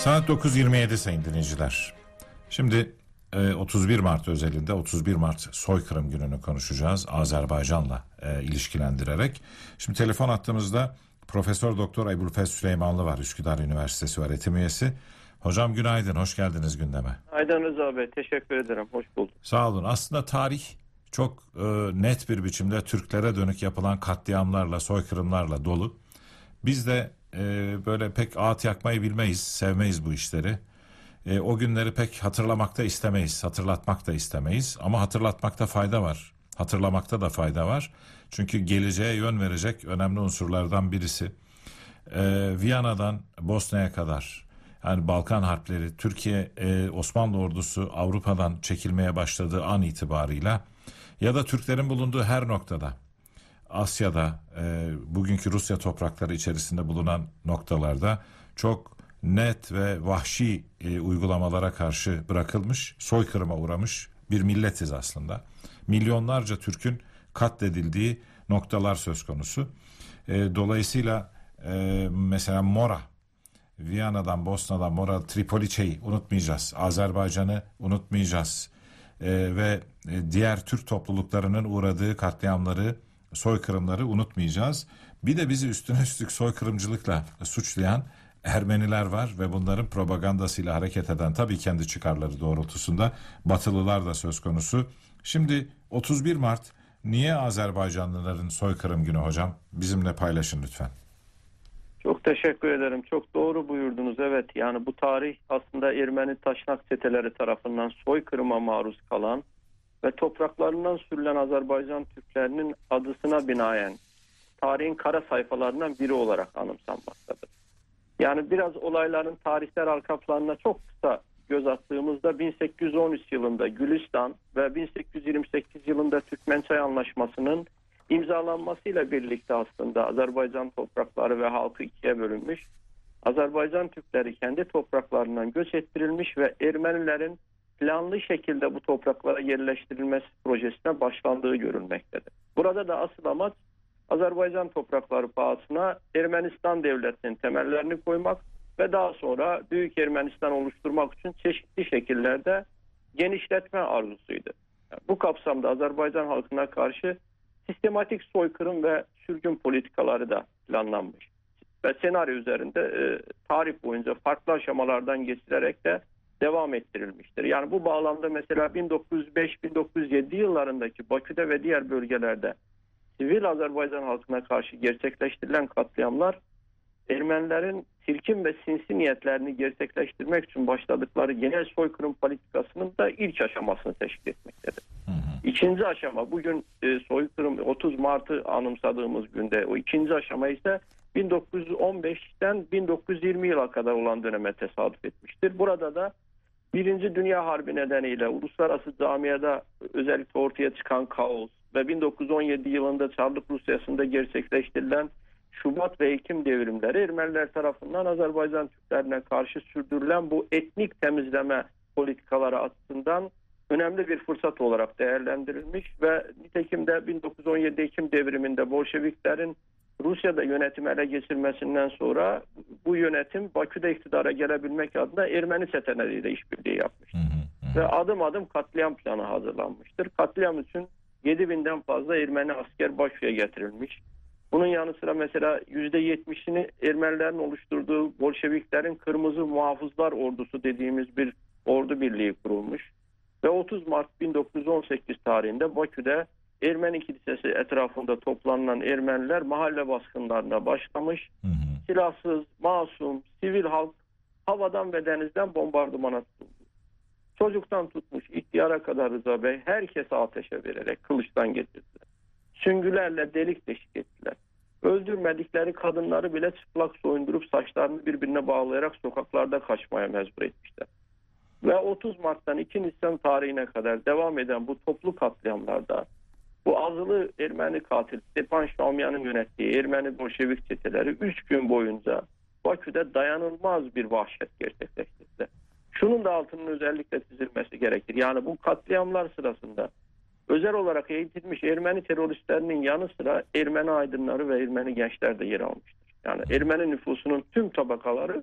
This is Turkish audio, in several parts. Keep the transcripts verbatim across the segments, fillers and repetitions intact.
Saat dokuz yirmi yedi sayın dinleyiciler. Şimdi otuz bir Mart özelinde otuz bir Mart soykırım gününü konuşacağız Azerbaycan'la e, ilişkilendirerek. Şimdi telefon attığımızda Profesör Doktor Ebulfez Süleymanlı var, Üsküdar Üniversitesi öğretim üyesi. Hocam günaydın, hoş geldiniz gündeme. Günaydın Rıza Bey, teşekkür ederim, hoş bulduk. Sağ olun. Aslında tarih çok e, net bir biçimde Türklere dönük yapılan katliamlarla, soykırımlarla dolu. Biz de e, böyle pek ağıt yakmayı bilmeyiz, sevmeyiz bu işleri. E, o günleri pek hatırlamak da istemeyiz, hatırlatmak da istemeyiz. Ama hatırlatmakta fayda var, hatırlamakta da fayda var. Çünkü geleceğe yön verecek önemli unsurlardan birisi. E, Viyana'dan Bosna'ya kadar, yani Balkan Harpleri, Türkiye, e, Osmanlı ordusu Avrupa'dan çekilmeye başladığı an itibarıyla ya da Türklerin bulunduğu her noktada, Asya'da, e, bugünkü Rusya toprakları içerisinde bulunan noktalarda çok net ve vahşi e, uygulamalara karşı bırakılmış, soykırıma uğramış bir milletiz aslında. Milyonlarca Türk'ün katledildiği noktalar söz konusu. E, dolayısıyla e, mesela Mora, Viyana'dan, Bosna'dan Mora, Tripoliçe'yi unutmayacağız. Azerbaycan'ı unutmayacağız. E, ve diğer Türk topluluklarının uğradığı katliamları, soykırımları unutmayacağız. Bir de bizi üstüne üstlük soykırımcılıkla suçlayan Ermeniler var ve bunların propagandasıyla hareket eden, tabii kendi çıkarları doğrultusunda, Batılılar da söz konusu. Şimdi otuz bir Mart niye Azerbaycanlıların soykırım günü hocam? Bizimle paylaşın lütfen. Çok teşekkür ederim. Çok doğru buyurdunuz. Evet, yani bu tarih aslında Ermeni taşnak çeteleri tarafından soykırıma maruz kalan ve topraklarından sürülen Azerbaycan Türklerinin adısına binaen tarihin kara sayfalarından biri olarak anımsanmaktadır. Yani biraz olayların tarihsel arka planına çok kısa göz attığımızda bin sekiz yüz on üç yılında Gülistan ve bin sekiz yüz yirmi sekiz yılında Türkmençay Anlaşması'nın imzalanmasıyla birlikte aslında Azerbaycan toprakları ve halkı ikiye bölünmüş. Azerbaycan Türkleri kendi topraklarından göç ettirilmiş ve Ermenilerin planlı şekilde bu topraklara yerleştirilmesi projesine başlandığı görülmektedir. Burada da asıl amaç Azerbaycan toprakları pahasına Ermenistan devletinin temellerini koymak ve daha sonra Büyük Ermenistan oluşturmak için çeşitli şekillerde genişletme arzusuydu. Yani bu kapsamda Azerbaycan halkına karşı sistematik soykırım ve sürgün politikaları da planlanmış. Ve senaryo üzerinde e, tarih boyunca farklı aşamalardan geçilerek de devam ettirilmiştir. Yani bu bağlamda mesela bin dokuz yüz beş bin dokuz yüz yedi yıllarındaki Bakü'de ve diğer bölgelerde sivil Azerbaycan halkına karşı gerçekleştirilen katliamlar Ermenilerin çirkin ve sinsi niyetlerini gerçekleştirmek için başladıkları genel soykırım politikasının da ilk aşamasını teşkil etmektedir. Hı hı. İkinci aşama bugün e, soykırım otuz Mart'ı anımsadığımız günde, o ikinci aşama ise bin dokuz yüz on beşten bin dokuz yüz yirmi yıla kadar olan döneme tesadüf etmiştir. Burada da Birinci Dünya Harbi nedeniyle uluslararası camiada özellikle ortaya çıkan kaos ve bin dokuz yüz on yedi yılında Çarlık Rusyası'nda gerçekleştirilen Şubat ve Ekim devrimleri Ermeniler tarafından Azerbaycan Türklerine karşı sürdürülen bu etnik temizleme politikaları açısından önemli bir fırsat olarak değerlendirilmiş ve nitekim de bin dokuz yüz on yedi Ekim devriminde Bolşeviklerin Rusya'da yönetimi ele geçirmesinden sonra bu yönetim Bakü'de iktidara gelebilmek adına Ermeni çeteleriyle işbirliği yapmıştır. Hı hı hı. Ve adım adım katliam planı hazırlanmıştır. Katliam için yedi binden fazla Ermeni asker Bakü'ye getirilmiş. Bunun yanı sıra mesela yüzde yetmişini Ermenilerin oluşturduğu Bolşeviklerin Kırmızı Muhafızlar Ordusu dediğimiz bir ordu birliği kurulmuş. Ve otuz Mart bin dokuz yüz on sekiz tarihinde Bakü'de Ermeni Kilisesi etrafında toplanan Ermeniler mahalle baskınlarına başlamış. Hı hı. Silahsız, masum, sivil halk havadan ve denizden bombardımana tutuldu. Çocuktan tutmuş ihtiyara kadar Rıza Bey herkese ateşe vererek kılıçtan getirdiler. Süngülerle delik deşik ettiler. Öldürmedikleri kadınları bile çıplak soyundurup saçlarını birbirine bağlayarak sokaklarda kaçmaya mecbur etmişler. Ve otuz Mart'tan iki Nisan tarihine kadar devam eden bu toplu katliamlarda bu azılı Ermeni katil Stepan Şamyan'ın yönettiği Ermeni Bolşevik çeteleri üç gün boyunca Bakü'de dayanılmaz bir vahşet gerçekleştirdi. Şunun da altının özellikle çizilmesi gerekir. Yani bu katliamlar sırasında özel olarak eğitilmiş Ermeni teröristlerinin yanı sıra Ermeni aydınları ve Ermeni gençler de yer almıştır. Yani Ermeni nüfusunun tüm tabakaları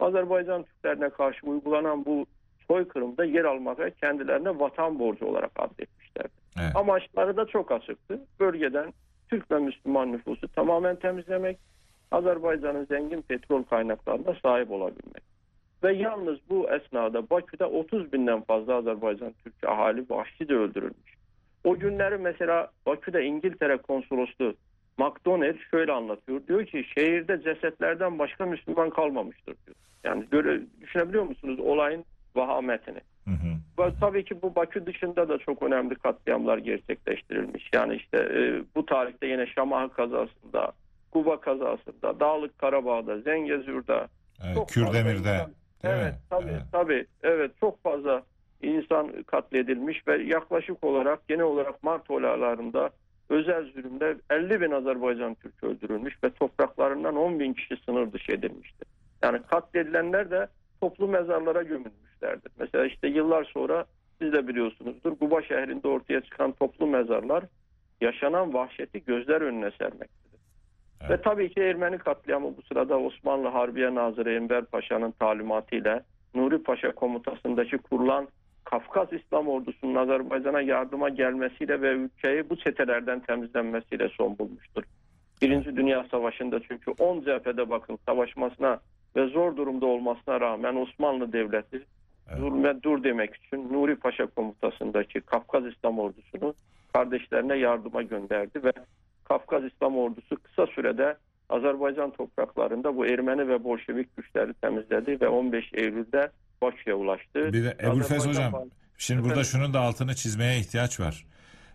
Azerbaycan Türklerine karşı uygulanan bu soykırımda yer almaya kendilerine vatan borcu olarak addetmişlerdi. Evet. Amaçları da çok açıktı. Bölgeden Türk ve Müslüman nüfusu tamamen temizlemek, Azerbaycan'ın zengin petrol kaynaklarına sahip olabilmek. Ve yalnız bu esnada Bakü'de otuz binden fazla Azerbaycan Türk ahali vahşice öldürülmüş. O günleri mesela Bakü'de İngiltere konsolosluğu McDonnell şöyle anlatıyor. Diyor ki şehirde cesetlerden başka Müslüman kalmamıştır diyor. Yani böyle düşünebiliyor musunuz olayın vahametini? Hı hı. Ve tabii ki bu Bakü dışında da çok önemli katliamlar gerçekleştirilmiş. Yani işte e, bu tarihte yine Şamaha kazasında, Kuba kazasında, Dağlık Karabağ'da, Zengezur'da, Evet, çok fazla Kürdemir'de. insan- Değil evet, mi? tabii, Evet. tabii, evet, çok fazla insan katledilmiş ve yaklaşık olarak genel olarak Mart olaylarında özel zulümde elli bin Azerbaycan Türk öldürülmüş ve topraklarından on bin kişi sınır dışı edilmişti. Yani katledilenler de toplu mezarlara gömülmüşlerdir. Mesela işte yıllar sonra siz de biliyorsunuzdur Kuba şehrinde ortaya çıkan toplu mezarlar yaşanan vahşeti gözler önüne sermektedir. Evet. Ve tabii ki Ermeni katliamı bu sırada Osmanlı Harbiye Nazırı Enver Paşa'nın talimatıyla Nuri Paşa komutasındaki kurulan Kafkas İslam Ordusu'nun Azerbaycan'a yardıma gelmesiyle ve ülkeyi bu çetelerden temizlenmesiyle son bulmuştur. Birinci Dünya Savaşı'nda çünkü on cephede bakın savaşmasına ve zor durumda olmasına rağmen Osmanlı Devleti Evet. zulme dur demek için Nuri Paşa komutasındaki Kafkas İslam Ordusu'nu kardeşlerine yardıma gönderdi ve Kafkas İslam Ordusu kısa sürede Azerbaycan topraklarında bu Ermeni ve Bolşevik güçleri temizledi ve on beş Eylül'de Bakü'ye ulaştı. Bir de Ebu'l-Fez Azerbaycan- hocam, şimdi burada Efendim? şunun da altını çizmeye ihtiyaç var.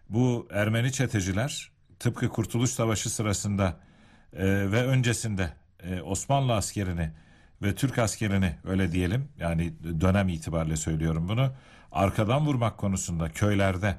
Bu Ermeni çeteciler tıpkı Kurtuluş Savaşı sırasında e, ve öncesinde e, Osmanlı askerini ve Türk askerini öyle diyelim, yani dönem itibariyle söylüyorum bunu, arkadan vurmak konusunda köylerde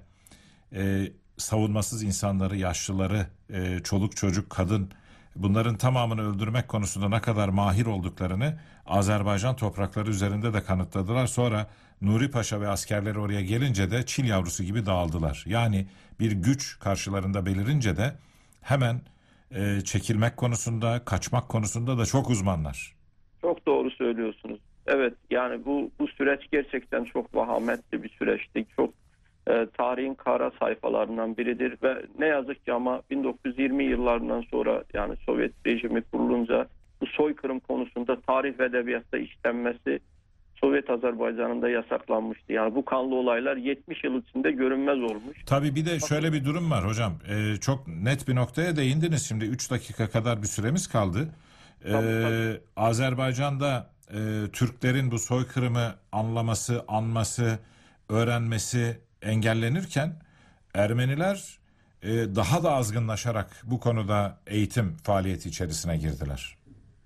e, savunmasız insanları, yaşlıları, e, çoluk çocuk, kadın, bunların tamamını öldürmek konusunda ne kadar mahir olduklarını Azerbaycan toprakları üzerinde de kanıtladılar. Sonra Nuri Paşa ve askerleri oraya gelince de çil yavrusu gibi dağıldılar. Yani bir güç karşılarında belirince de hemen e, çekilmek konusunda, kaçmak konusunda da çok uzmanlar. Çok doğru söylüyorsunuz. Evet, yani bu bu süreç gerçekten çok vahametli bir süreçti. Çok e, tarihin kara sayfalarından biridir ve ne yazık ki ama bin dokuz yüz yirmi yıllarından sonra yani Sovyet rejimi kurulunca bu soykırım konusunda tarih ve edebiyatta işlenmesi Sovyet Azerbaycan'ında yasaklanmıştı. Yani bu kanlı olaylar yetmiş yıl içinde görünmez olmuş. Tabii bir de şöyle bir durum var hocam. Ee, çok net bir noktaya değindiniz. Şimdi üç dakika kadar bir süremiz kaldı. Ee, Tabii, tabii. Azerbaycan'da e, Türklerin bu soykırımı anlaması, anması, öğrenmesi engellenirken Ermeniler e, daha da azgınlaşarak bu konuda eğitim faaliyeti içerisine girdiler.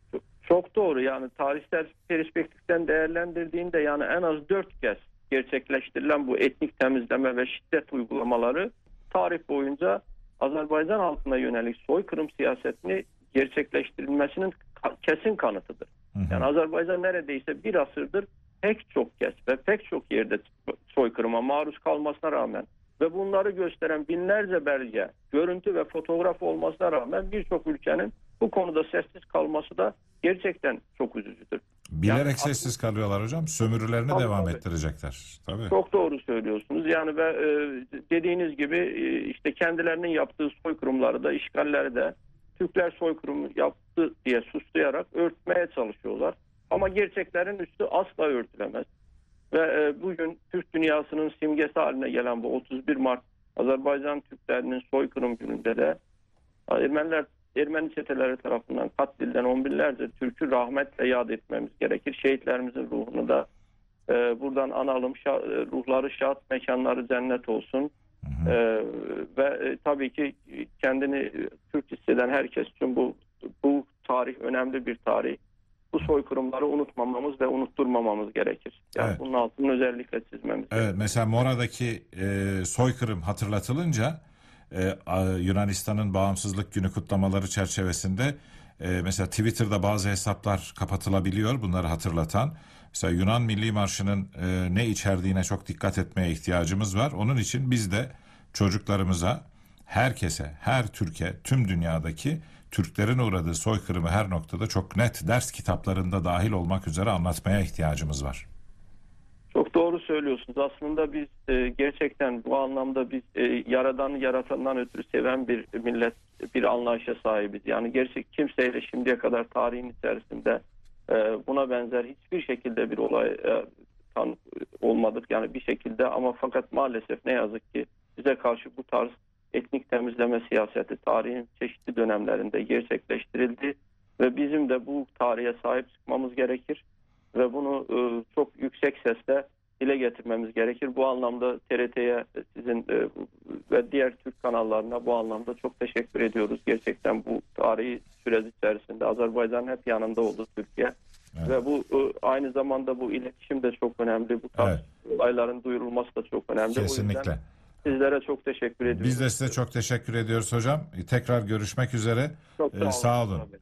Çok doğru, yani tarihsel perspektiften değerlendirdiğinde yani en az dört kez gerçekleştirilen bu etnik temizleme ve şiddet uygulamaları tarih boyunca Azerbaycan halkına yönelik soykırım siyasetini gerçekleştirilmesinin kesin kanıtıdır. Hı hı. Yani Azerbaycan neredeyse bir asırdır pek çok kez ve pek çok yerde soykırıma maruz kalmasına rağmen ve bunları gösteren binlerce belge, görüntü ve fotoğraf olmasına rağmen birçok ülkenin bu konuda sessiz kalması da gerçekten çok üzücüdür. Bilerek Yani sessiz kalıyorlar hocam. Sömürülerini Tabii, devam tabii. ettirecekler. Tabii. Çok doğru söylüyorsunuz. Yani ve e, dediğiniz gibi e, işte kendilerinin yaptığı soykırımları da işgalleri de Türkler soykırımı yaptı diye suçlayarak örtmeye çalışıyorlar. Ama gerçeklerin üstü asla örtülemez. Ve e, bugün Türk dünyasının simgesi haline gelen bu otuz bir Mart Azerbaycan Türklerinin soykırım gününde de Ermeniler Ermeni çeteleri tarafından katledilen on binlerce Türk'ü rahmetle yad etmemiz gerekir. Şehitlerimizin ruhunu da e, buradan analım. Şa- ruhları şad, mekanları cennet olsun. Hı hı. E, ve e, tabii ki kendini Türk hisseden herkes için bu bu tarih önemli bir tarih. Bu soykırımları unutmamamız ve unutturmamamız gerekir. Yani Evet. bunun altını özellikle çizmemiz Evet, gerekir. mesela Mora'daki e, soykırım hatırlatılınca e, a- Yunanistan'ın bağımsızlık günü kutlamaları çerçevesinde e, mesela Twitter'da bazı hesaplar kapatılabiliyor bunları hatırlatan. Mesela Yunan Milli Marşı'nın e, ne içerdiğine çok dikkat etmeye ihtiyacımız var. Onun için biz de çocuklarımıza, herkese, her Türkiye, tüm dünyadaki Türklerin uğradığı soykırımı her noktada çok net ders kitaplarında dahil olmak üzere anlatmaya ihtiyacımız var. Çok doğru söylüyorsunuz. Aslında biz e, gerçekten bu anlamda biz e, yaradan yaratandan ötürü seven bir millet, bir anlayışa sahibiz. Yani gerçek kimseyle şimdiye kadar tarihin içerisinde e, buna benzer hiçbir şekilde bir olay e, tanık olmadık. Yani bir şekilde, ama fakat maalesef ne yazık ki bize karşı bu tarz etnik temizleme siyaseti tarihin çeşitli dönemlerinde gerçekleştirildi ve bizim de bu tarihe sahip çıkmamız gerekir ve bunu e, çok yüksek sesle dile getirmemiz gerekir. Bu anlamda T R T'ye, sizin e, ve diğer Türk kanallarına bu anlamda çok teşekkür ediyoruz. Gerçekten bu tarihi süreç içerisinde Azerbaycan hep yanında oldu, Türkiye. Evet. Ve bu e, aynı zamanda bu iletişim de çok önemli. Bu tarz Evet. olayların duyurulması da çok önemli. O Kesinlikle. yüzden sizlere çok teşekkür ediyoruz. Biz de size çok teşekkür ediyoruz hocam. Tekrar görüşmek üzere. Çok Ee, sağ olun. Abi.